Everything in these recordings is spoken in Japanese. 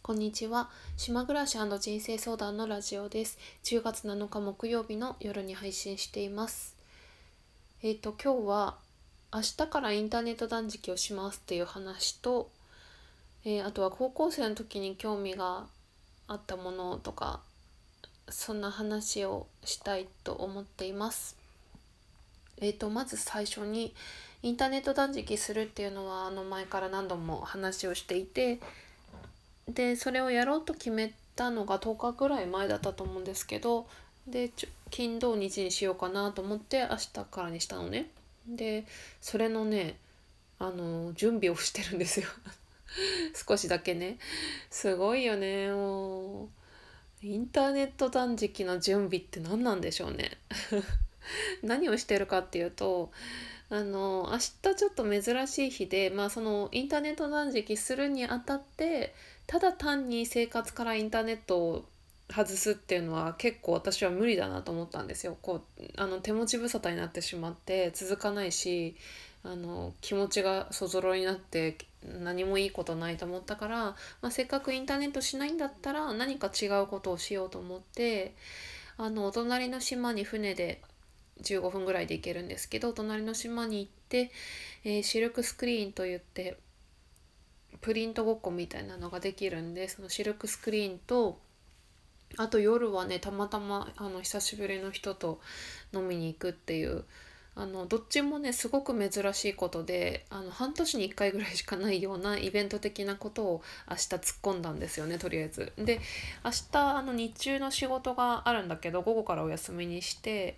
こんにちは。島暮らし人生相談のラジオです。10月7日木曜日の夜に配信しています。今日は明日からインターネット断食をしますっていう話と、あとは高校生の時に興味があったものとか、そんな話をしたいと思っています。まず最初にインターネット断食するっていうのは前から何度も話をしていて、でそれをやろうと決めたのが10日ぐらい前だったと思うんですけど、で金土日にしようかなと思って明日からにしたのね。でそれのね準備をしてるんですよ少しだけね。すごいよね。もうインターネット断食の準備って何なんでしょうね何をしてるかっていうと、明日ちょっと珍しい日で、そのインターネット断食するにあたってただ単に生活からインターネットを外すっていうのは結構私は無理だなと思ったんですよ。手持ち無沙汰になってしまって続かないし、気持ちがそぞろになって何もいいことないと思ったから、せっかくインターネットしないんだったら何か違うことをしようと思って、お隣の島に船で15分ぐらいで行けるんですけど、隣の島に行って、シルクスクリーンといってプリントごっこみたいなのができるんで、そのシルクスクリーンと、あと夜はねたまたま久しぶりの人と飲みに行くっていう、どっちもねすごく珍しいことで、半年に1回ぐらいしかないようなイベント的なことを明日突っ込んだんですよね、とりあえず。で明日日中の仕事があるんだけど午後からお休みにして、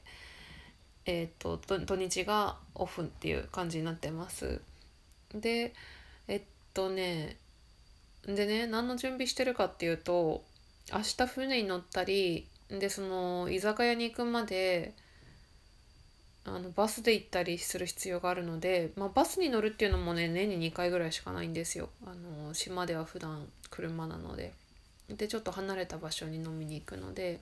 土日がオフっていう感じになってます。でえっとね何の準備してるかっていうと、明日船に乗ったりで、その居酒屋に行くまでバスで行ったりする必要があるので、バスに乗るっていうのもね年に2回ぐらいしかないんですよ。島では普段車なので。でちょっと離れた場所に飲みに行くので、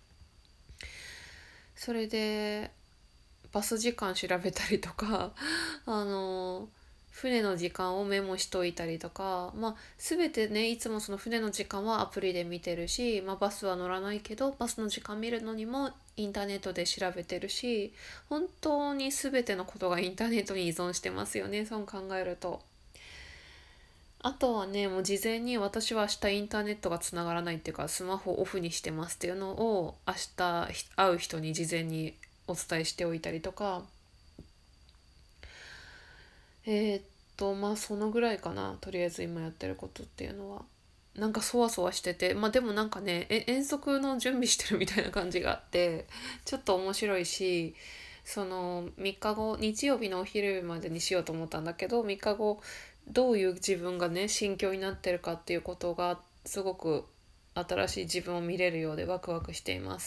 それでバス時間調べたりとか船の時間をメモしといたりとか、全てねいつもその船の時間はアプリで見てるし、バスは乗らないけどバスの時間見るのにもインターネットで調べてるし、本当に全てのことがインターネットに依存してますよね、そう考えると。あとはねもう事前に私は明日インターネットがつながらないっていうかスマホオフにしてますっていうのを明日会う人に事前にお伝えしておいたりとか。そのぐらいかな、とりあえず今やってることっていうのは。なんかそわそわしてて、でもなんかね遠足の準備してるみたいな感じがあって、ちょっと面白いし、その3日後日曜日のお昼までにしようと思ったんだけど、3日後どういう自分がね心境になってるかっていうことがすごく新しい自分を見れるようでワクワクしています。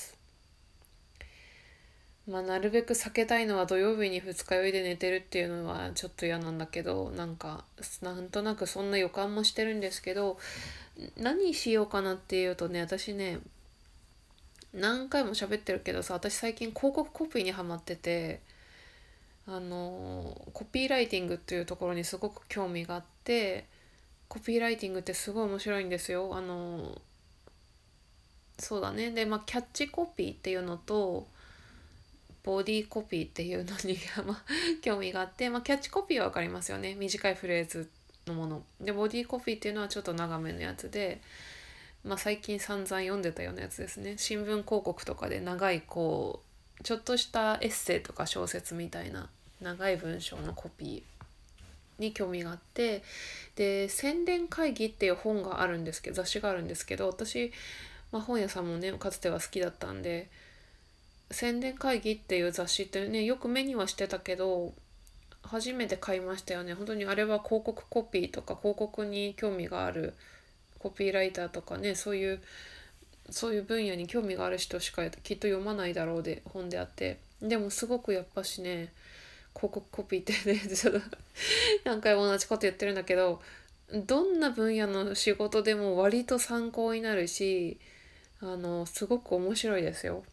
なるべく避けたいのは土曜日に二日酔いで寝てるっていうのはちょっと嫌なんだけど、なんとなくそんな予感もしてるんですけど、何しようかなっていうとね、私ね何回も喋ってるけどさ、私最近広告コピーにハマってて、コピーライティングっていうところにすごく興味があって、コピーライティングってすごい面白いんですよ。そうだね。でキャッチコピーっていうのとボディーコピーっていうのに興味があって、キャッチコピーは分かりますよね、短いフレーズのもので。ボディーコピーっていうのはちょっと長めのやつで、最近散々読んでたようなやつですね。新聞広告とかで長いちょっとしたエッセイとか小説みたいな長い文章のコピーに興味があって、で宣伝会議っていう本があるんですけど、雑誌があるんですけど、私、本屋さんもねかつては好きだったんで、宣伝会議っていう雑誌ってねよく目にはしてたけど初めて買いましたよね。本当にあれは広告コピーとか広告に興味があるコピーライターとかね、そういう分野に興味がある人しかきっと読まないだろうで本であって、でもすごくやっぱしね広告コピーってねちょっと何回も同じこと言ってるんだけど、どんな分野の仕事でも割と参考になるし、すごく面白いですよ。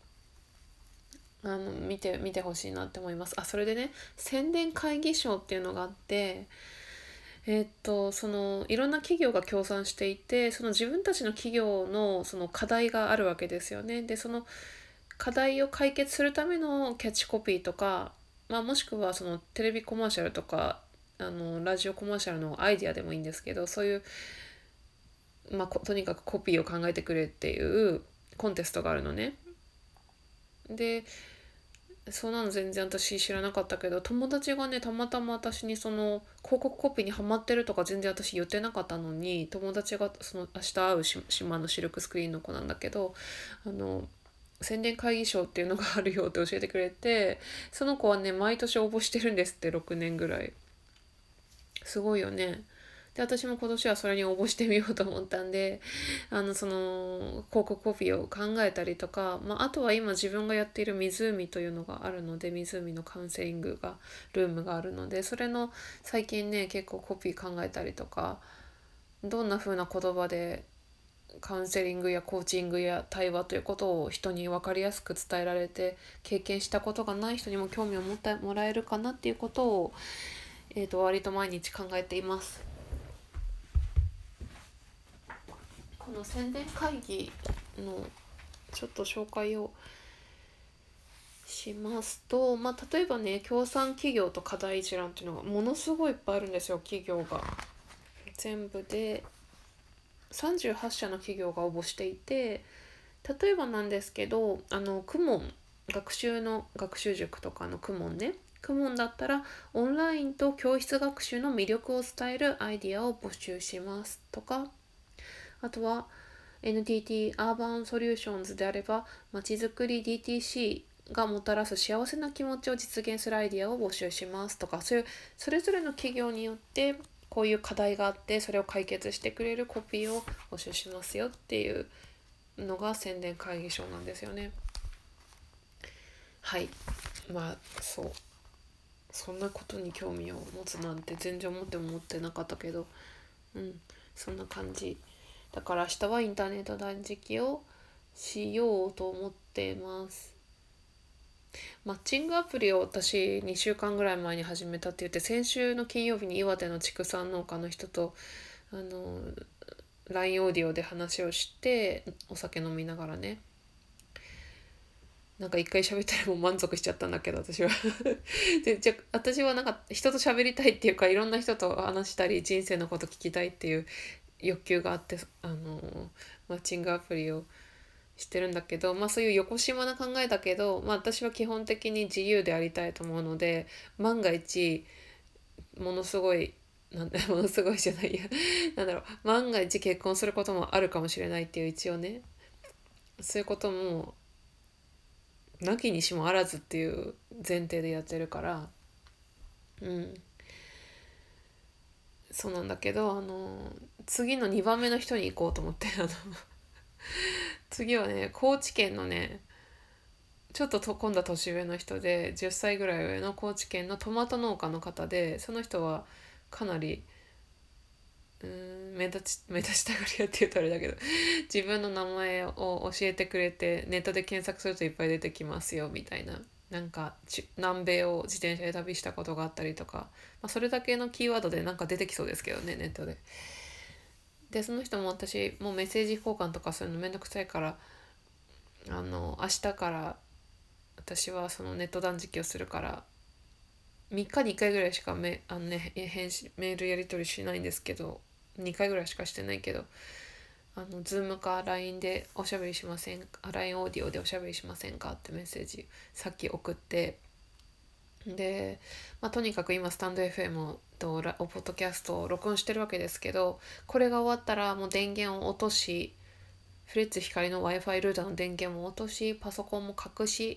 見てほしいなって思います。それでね宣伝会議賞っていうのがあって、 そのいろんな企業が協賛していて、その自分たちの企業のその課題があるわけですよね。でその課題を解決するためのキャッチコピーとか、もしくはそのテレビコマーシャルとかラジオコマーシャルのアイディアでもいいんですけど、そういう、とにかくコピーを考えてくれっていうコンテストがあるのね。でそんなの全然私知らなかったけど、友達がねたまたま私にその広告コピーにハマってるとか全然私言ってなかったのに、友達がその明日会う島のシルクスクリーンの子なんだけど、あの宣伝会議賞っていうのがあるよって教えてくれて、その子はね毎年応募してるんですって、6年ぐらい。すごいよね。で私も今年はそれに応募してみようと思ったんで、その広告コピーを考えたりとか、あとは今自分がやっている湖というのがあるので、湖のカウンセリングがルームがあるので、それの最近ね結構コピー考えたりとか、どんな風な言葉でカウンセリングやコーチングや対話ということを人に分かりやすく伝えられて、経験したことがない人にも興味を持ってもらえるかなっていうことを、割と毎日考えています。この宣伝会議のちょっと紹介をしますと、例えばね協賛企業と課題一覧っていうのがものすごいいっぱいあるんですよ。企業が全部で38社の企業が応募していて、例えばなんですけど、クモン学習の学習塾とかのクモンね、クモンだったらオンラインと教室学習の魅力を伝えるアイディアを募集しますとか、あとは NTT アーバンソリューションズであれば、まちづくり DTC がもたらす幸せな気持ちを実現するアイディアを募集しますとか、そういうそれぞれの企業によってこういう課題があって、それを解決してくれるコピーを募集しますよっていうのが宣伝会議賞なんですよね。はい。そんなことに興味を持つなんて全然思ってなかったけど、そんな感じだから、明日はインターネット断食をしようと思っています。マッチングアプリを私2週間ぐらい前に始めたって言って、先週の金曜日に岩手の畜産農家の人とLINE オーディオで話をして、お酒飲みながらね、なんか一回喋ったらもう満足しちゃったんだけど、私は私はなんか人と喋りたいっていうか、いろんな人と話したり人生のこと聞きたいっていう欲求があって、マッチングアプリをしてるんだけど、そういう横島な考えだけど、私は基本的に自由でありたいと思うので、万が一ものすごいものすごいじゃないやなんだろう、万が一結婚することもあるかもしれないっていう、一応ねそういうこともなきにしもあらずっていう前提でやってるから、そうなんだけど、次の2番目の人に行こうと思って次はね高知県のね、ちょっと今度は年上の人で、10歳ぐらい上の高知県のトマト農家の方で、その人はかなり目立ちたがり屋って言うとあれだけど自分の名前を教えてくれて、ネットで検索するといっぱい出てきますよみたいな、なんか南米を自転車で旅したことがあったりとか、それだけのキーワードでなんか出てきそうですけどね、ネットで。でその人も、私もうメッセージ交換とかそういうのめんどくさいから、明日から私はそのネット断食をするから、3日に1回ぐらいしかメールやり取りしないんですけど、2回ぐらいしかしてないけど、ズームか LINE でおしゃべりしませんか、 LINE オーディオでおしゃべりしませんかってメッセージさっき送って、で、とにかく今スタンド FM とポッドキャストを録音してるわけですけど、これが終わったらもう電源を落とし、フレッツ光の Wi-Fi ルーターの電源も落とし、パソコンも隠し、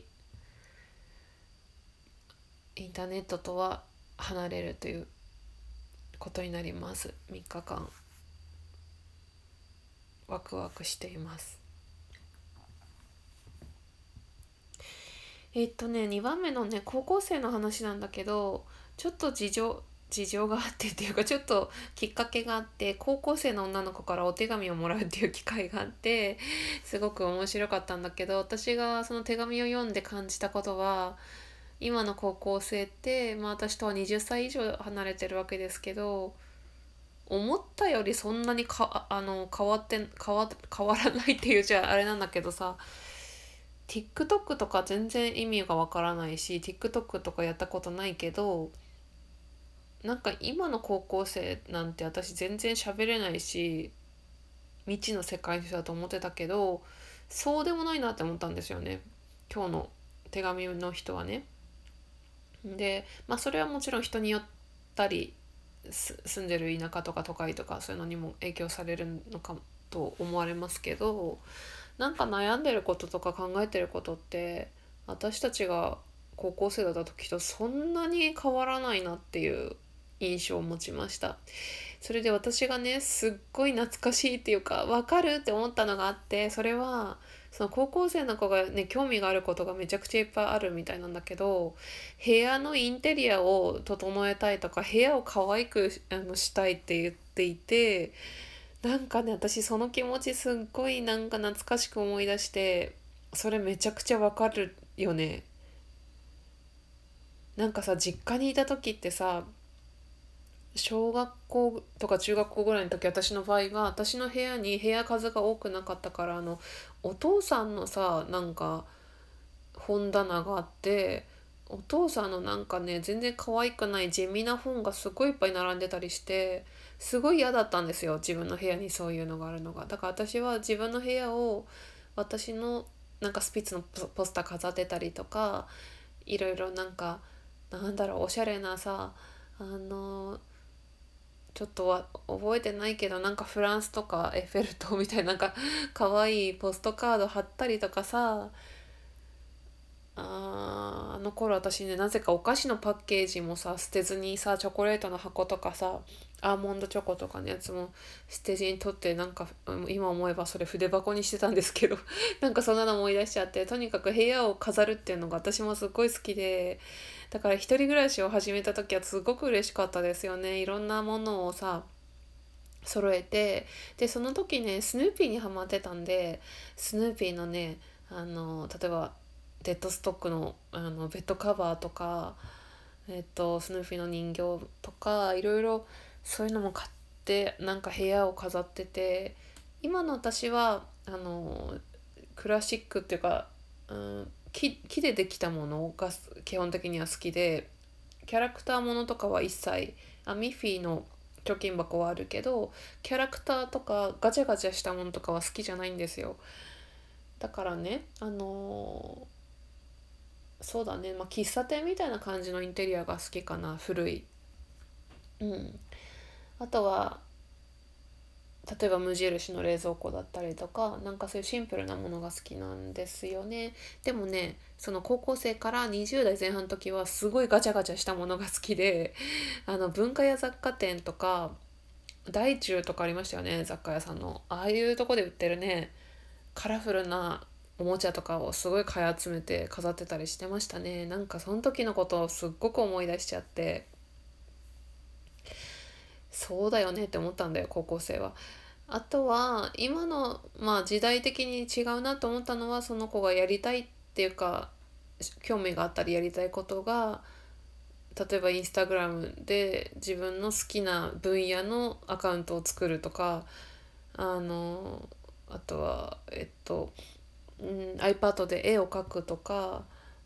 インターネットとは離れるということになります。3日間ワクワクしています。2番目のね高校生の話なんだけど、ちょっと事情があってっていうか、ちょっときっかけがあって、高校生の女の子からお手紙をもらうっていう機会があって、すごく面白かったんだけど、私がその手紙を読んで感じたことは、今の高校生って、私とは20歳以上離れてるわけですけど、 思ったよりそんなに変わらないっていうじゃあれなんだけどさ、 TikTok とか全然意味がわからないし、 TikTok とかやったことないけど、なんか今の高校生なんて私全然喋れないし未知の世界の人だと思ってたけど、そうでもないなって思ったんですよね、今日の手紙の人はね。でまあそれはもちろん人によったり、住んでる田舎とか都会とかそういうのにも影響されるのかと思われますけど、なんか悩んでることとか考えてることって私たちが高校生だった時とそんなに変わらないなっていう印象を持ちました。それで私がねすっごい懐かしいっていうか分かるって思ったのがあって、それはその高校生の子がね興味があることがめちゃくちゃいっぱいあるみたいなんだけど、部屋のインテリアを整えたいとか部屋を可愛くしたいって言っていて、なんかね私その気持ちすっごいなんか懐かしく思い出して、それめちゃくちゃわかるよね。なんかさ実家にいた時ってさ、小学校とか中学校ぐらいの時、私の場合は私の部屋に部屋数が多くなかったから、お父さんのさなんか本棚があって、お父さんのなんかね全然可愛くない地味な本がすごいいっぱい並んでたりして、すごい嫌だったんですよ自分の部屋にそういうのがあるのが。だから私は自分の部屋を私のなんかスピッツのポスター飾ってたりとか、いろいろなんかなんだろうおしゃれなさ、あのちょっとは覚えてないけどなんかフランスとかエッフェル塔みたいななんか可愛いポストカード貼ったりとかさ、あの頃私ねなぜかお菓子のパッケージもさ捨てずにさ、チョコレートの箱とかさアーモンドチョコとかのやつも捨てずに取って、なんか今思えばそれ筆箱にしてたんですけどなんかそんなの思い出しちゃって、とにかく部屋を飾るっていうのが私もすっごい好きで、だから一人暮らしを始めた時はすごく嬉しかったですよね。いろんなものをさ揃えて、でその時ねスヌーピーにハマってたんで、スヌーピーのね例えばデッドストックの、ベッドカバーとか、スヌーピーの人形とかいろいろそういうのも買ってなんか部屋を飾ってて、今の私はクラシックっていうか、木でできたものが基本的には好きで、キャラクターものとかは一切、ミッフィーの貯金箱はあるけどキャラクターとかガチャガチャしたものとかは好きじゃないんですよ。だからねそうだね、まあ、喫茶店みたいな感じのインテリアが好きかな、古い。うん。あとは例えば無印の冷蔵庫だったりとか、なんかそういうシンプルなものが好きなんですよね。でもねその高校生から20代前半の時はすごいガチャガチャしたものが好きで、文化や雑貨店とか大中とかありましたよね、雑貨屋さんのああいうとこで売ってるねカラフルなおもちゃとかをすごい買い集めて飾ってたりしてましたね。なんかその時のことをすっごく思い出しちゃって、そうだよねって思ったんだよ高校生は。あとは今のまあ時代的に違うなと思ったのは、その子がやりたいっていうか興味があったりやりたいことが、例えばインスタグラムで自分の好きな分野のアカウントを作るとか、あのあとはiPad で絵を描くとか、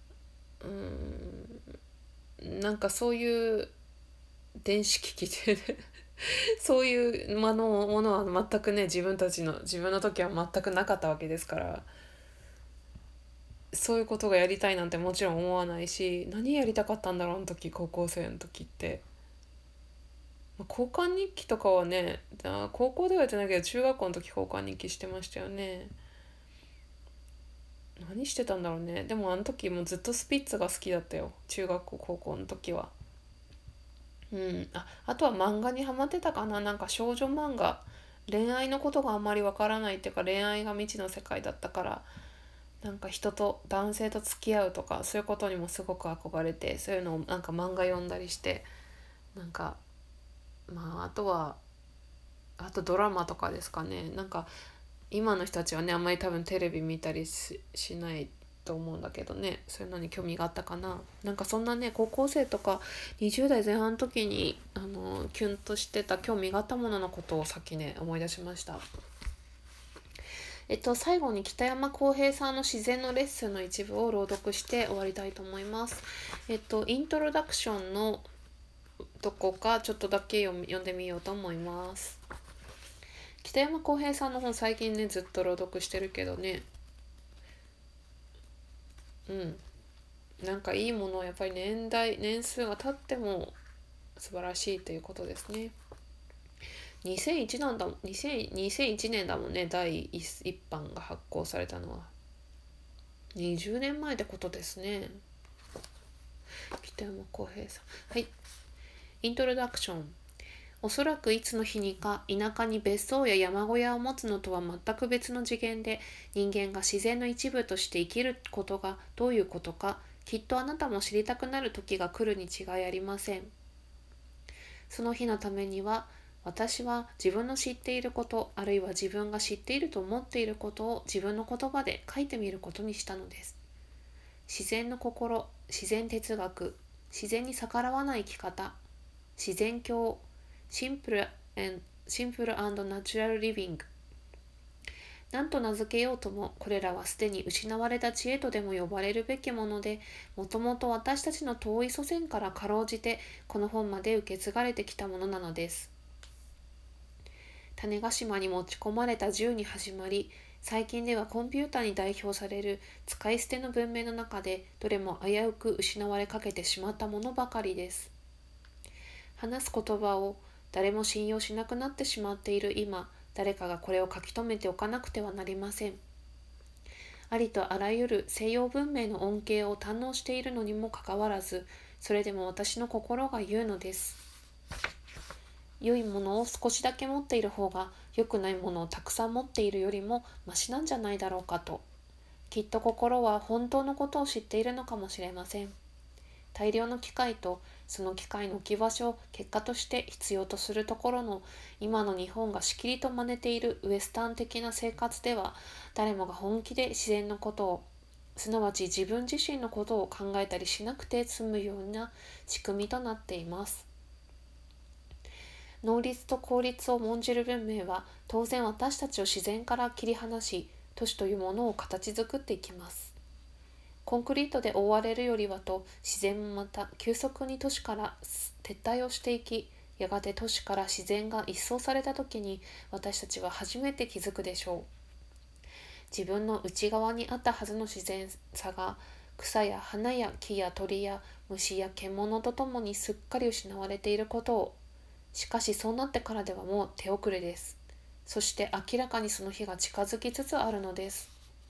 なんかそういう電子機器でそういうものは全くね自分の時は全くなかったわけですから、そういうことがやりたいなんてもちろん思わないし、何やりたかったんだろうあの時高校生の時って。交換日記とかはね、高校ではやってないけど中学校の時交換日記してましたよね。何してたんだろうね。でもあの時もずっとスピッツが好きだったよ、中学校高校の時は。あとは漫画にハマってたかな。なんか少女漫画、恋愛のことがあんまりわからないっていうか恋愛が未知の世界だったから、なんか人と男性と付き合うとかそういうことにもすごく憧れて、そういうのをなんか漫画読んだりして、なんかまああとドラマとかですかね。なんか今の人たちはねあんまり多分テレビ見たりしないとと思うんだけどね、そういうのに興味があったかな。なんかそんなね、高校生とか20代前半の時にキュンとしてた興味があったもののことをさっきね思い出しました。最後に北山浩平さんの自然のレッスンの一部を朗読して終わりたいと思います。イントロダクションのどこかちょっとだけ読んでみようと思います。北山浩平さんの本最近ねずっと朗読してるけどね、なんかいいものをやっぱり年数が経っても素晴らしいということですね。2001年だもん、2001年だもんね、第一版が発行されたのは。20年前ってことですね。北山浩平さん。はい。イントロダクション。おそらくいつの日にか田舎に別荘や山小屋を持つのとは全く別の次元で、人間が自然の一部として生きることがどういうことか、きっとあなたも知りたくなる時が来るに違いありません。その日のためには、私は自分の知っていること、あるいは自分が知っていると思っていることを自分の言葉で書いてみることにしたのです。自然の心、自然哲学、自然に逆らわない生き方、自然教、シンプルナチュラルリビング。何と名付けようとも、これらはすでに失われた知恵とでも呼ばれるべきもので、もともと私たちの遠い祖先からかろうじてこの本まで受け継がれてきたものなのです。種子島に持ち込まれた銃に始まり、最近ではコンピューターに代表される使い捨ての文明の中で、どれも危うく失われかけてしまったものばかりです。話す言葉を誰も信用しなくなってしまっている今、誰かがこれを書き留めておかなくてはなりません。ありとあらゆる西洋文明の恩恵を堪能しているのにもかかわらず、それでも私の心が言うのです。良いものを少しだけ持っている方が、良くないものをたくさん持っているよりもマシなんじゃないだろうかと。きっと心は本当のことを知っているのかもしれません。大量の機械とその機械の置き場所を結果として必要とするところの今の日本がしきりと真似ているウエスタン的な生活では、誰もが本気で自然のことを、すなわち自分自身のことを考えたりしなくて済むような仕組みとなっています。能率と効率を重んじる文明は当然私たちを自然から切り離し、都市というものを形作っていきます。コンクリートで覆われるよりはと、自然もまた急速に都市から撤退をしていき、やがて都市から自然が一掃された時に、私たちは初めて気づくでしょう。自分の内側にあったはずの自然さが、草や花や木や鳥や虫や獣とともにすっかり失われていることを。しかしそうなってからではもう手遅れです。そして明らかにその日が近づきつつあるのです。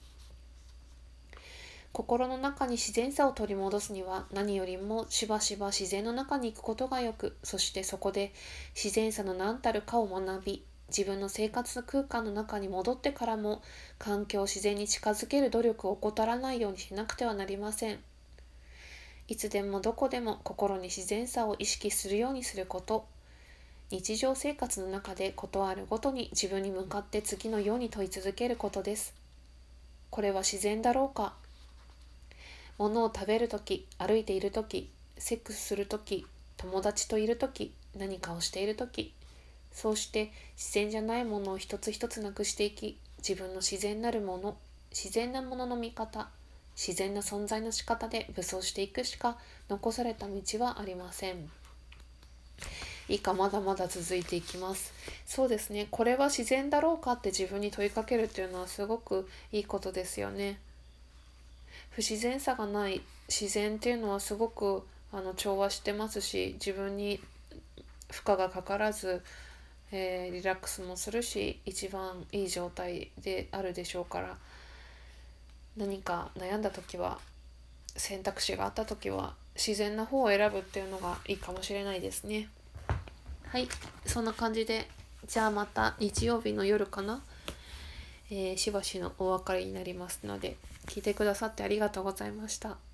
心の中に自然さを取り戻すには、何よりもしばしば自然の中に行くことがよく、そしてそこで自然さの何たるかを学び、自分の生活空間の中に戻ってからも環境を自然に近づける努力を怠らないようにしなくてはなりません。いつでもどこでも心に自然さを意識するようにすること、日常生活の中で事あるごとに自分に向かって次のように問い続けることです。これは自然だろうか。物を食べるとき、歩いているとき、セックスするとき、友達といるとき、何かをしているとき、そうして自然じゃないものを一つ一つなくしていき、自分の自然なるもの、自然なものの見方、自然な存在の仕方で武装していくしか残された道はありません。いいか、まだまだ続いていきます。そうですね、これは自然だろうかって自分に問いかけるっていうのはすごくいいことですよね。不自然さがない自然っていうのはすごく調和してますし、自分に負荷がかからず、リラックスもするし、一番いい状態であるでしょうから、何か悩んだ時は、選択肢があった時は自然な方を選ぶっていうのがいいかもしれないですね。はい、そんな感じで、じゃあまた日曜日の夜かな、しばしのお別れになりますので、聞いてくださってありがとうございました。